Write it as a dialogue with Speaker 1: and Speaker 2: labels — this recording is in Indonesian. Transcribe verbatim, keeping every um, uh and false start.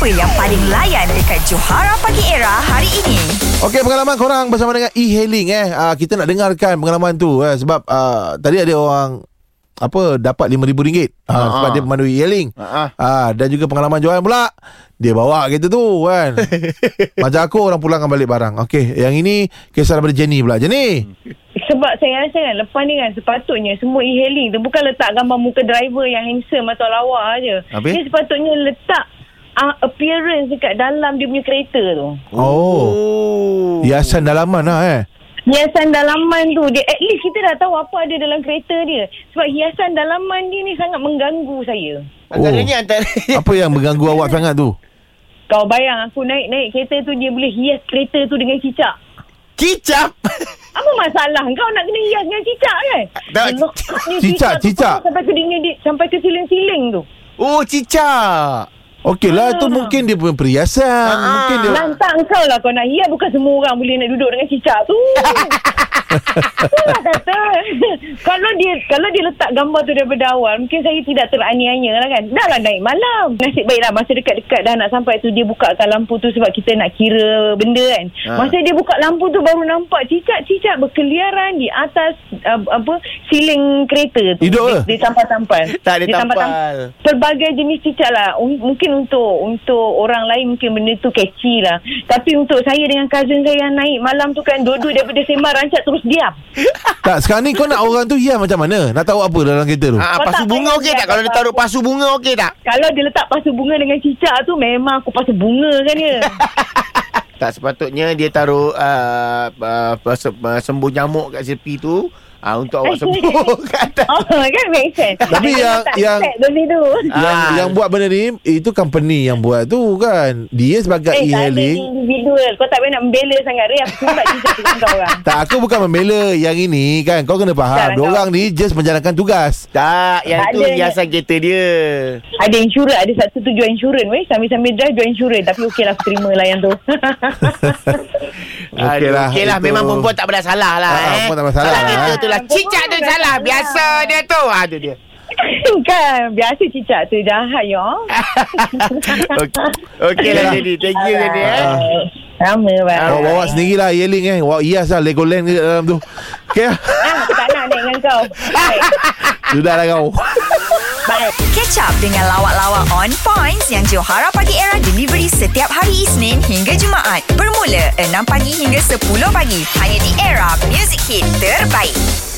Speaker 1: Siapa yang paling layan dekat Johara Pagi Era hari ini?
Speaker 2: Okey, pengalaman korang bersama dengan e-hailing eh. Uh, kita nak dengarkan pengalaman tu eh. Sebab uh, tadi ada orang apa dapat lima ribu ringgit uh, uh-huh. sebab dia memandu e-hailing. Uh-huh. Uh, dan juga pengalaman Johan pula, dia bawa kereta tu kan. Macam aku, orang pulangkan balik barang. Okey, yang ini kisah daripada Jenny pula. Jenny.
Speaker 3: Sebab saya rasa kan lepas ni kan sepatutnya semua e-hailing tu bukan letak gambar muka driver yang handsome atau lawa je.
Speaker 2: Habis?
Speaker 3: Dia sepatutnya letak uh, appearance dekat dalam dia punya kereta tu.
Speaker 2: Oh. Hiasan dalaman lah eh.
Speaker 3: Hiasan dalaman tu dia, at least kita dah tahu apa ada dalam kereta dia. Sebab hiasan dalaman dia ni sangat mengganggu saya.
Speaker 4: Antaranya
Speaker 2: oh.
Speaker 4: antara
Speaker 2: Apa yang mengganggu awak sangat tu?
Speaker 3: Kau bayang aku naik-naik kereta tu, dia boleh hias kereta tu dengan cicak.
Speaker 4: Kicap.
Speaker 3: Apa masalah kau nak kena hias dengan cicak kan?
Speaker 4: Tak,
Speaker 3: Lokaknya
Speaker 2: cicak,
Speaker 3: tu
Speaker 2: cicak.
Speaker 3: sampai ke dinding dia, sampai ke siling-siling tu.
Speaker 4: Oh, cicak.
Speaker 2: Okey lah, tu
Speaker 3: Ah.
Speaker 2: mungkin dia punya perhiasan.
Speaker 4: Ah.
Speaker 2: Mungkin dia
Speaker 3: Lantak kau lah kau nak hias. Bukan semua orang boleh nak duduk dengan cicak tu. Itulah kata. Kalau dia kalau dia letak gambar tu daripada awal, mungkin saya tidak teraniaya lah kan. Dah lah naik malam. Nasib baiklah masa dekat-dekat dah nak sampai tu, dia bukakan lampu tu sebab kita nak kira benda kan.
Speaker 4: Ha.
Speaker 3: Masa dia buka lampu tu baru nampak cicak-cicak berkeliaran di atas uh, apa siling kereta tu.
Speaker 2: Hidup ke?
Speaker 3: Dia, dia tampal-tampal.
Speaker 4: Tak, dia
Speaker 3: Dia
Speaker 4: tampal.
Speaker 3: Pelbagai jenis cicak lah. Um, mungkin untuk untuk orang lain mungkin benda tu catchy lah. Tapi untuk saya dengan cousin saya yang naik malam tu kan, dua-dua daripada sembang rancak terus diam.
Speaker 2: tak, sekarang ni kau nak orang tu hias macam mana? Nak tahu apa dalam kereta tu?
Speaker 4: Ah,
Speaker 3: Kau
Speaker 4: pasu
Speaker 3: tak
Speaker 4: bunga
Speaker 3: payah
Speaker 4: okey
Speaker 3: lihat
Speaker 4: tak? Kalau dia
Speaker 3: apa-apa.
Speaker 4: taruh pasu bunga okey tak?
Speaker 3: Kalau dia letak pasu bunga dengan cicak tu, memang aku pasu bunga kan dia.
Speaker 4: Tak, sepatutnya dia taruh uh, uh, uh, sembuh nyamuk kat tepi tu. Ah, untuk awak sembuh kat atas.
Speaker 3: Oh kan, make sense.
Speaker 2: Tapi
Speaker 3: Dia
Speaker 2: yang-
Speaker 3: letak
Speaker 2: yang-
Speaker 3: set tu situ.
Speaker 2: Yang
Speaker 4: Ah.
Speaker 2: yang buat benda ni, itu company yang buat tu kan. Dia sebagai
Speaker 3: Eh, tak ada
Speaker 2: e-hailing.
Speaker 3: individual. Kau tak payah nak membela sangat. Ray, aku sumbat cicak tu dengan kau orang.
Speaker 2: Tak, aku bukan membela yang ini kan. Kau kena
Speaker 3: Tak
Speaker 2: faham.
Speaker 3: lah
Speaker 2: Diorang ni just menjalankan tugas.
Speaker 4: Tak, yang
Speaker 3: Tak
Speaker 4: tu
Speaker 3: ada.
Speaker 4: hiasan kereta dia.
Speaker 3: Ada insurans. Ada satu tu jual insurans weh. Sambil-sambil drive jual insurans. Tapi okey lah, aku terima lah yang tu.
Speaker 2: Okey
Speaker 4: Aduh,
Speaker 2: lah,
Speaker 4: okey lah.
Speaker 2: itu-
Speaker 4: Memang perempuan tak pernah salah lah.
Speaker 2: Ah,
Speaker 4: eh.
Speaker 2: perempuan tak masalah
Speaker 4: Salah
Speaker 2: lah,
Speaker 4: kita
Speaker 2: eh.
Speaker 4: tu lah. Cicak tu salah. Biasa dia tu. Ah, tu dia.
Speaker 3: Kan, biasa cicak tu jahat ya.
Speaker 4: Okey, okey lah jadi. Thank you jadi eh.
Speaker 3: Sama bang.
Speaker 2: Bawa, bawa sendiri lah e-hailing eh. Bawa hias lah Legoland ke dalam tu. Okey lah.
Speaker 3: Ah, aku tak nak naik dengan kau. Bye.
Speaker 2: Sudah lah kau.
Speaker 3: Bye.
Speaker 1: Catch up dengan lawak-lawak on points yang Johara Pagi Era delivery setiap hari Isnin hingga Jumaat. Bermula enam pagi hingga sepuluh pagi. Hanya di Era Music Hit terbaik.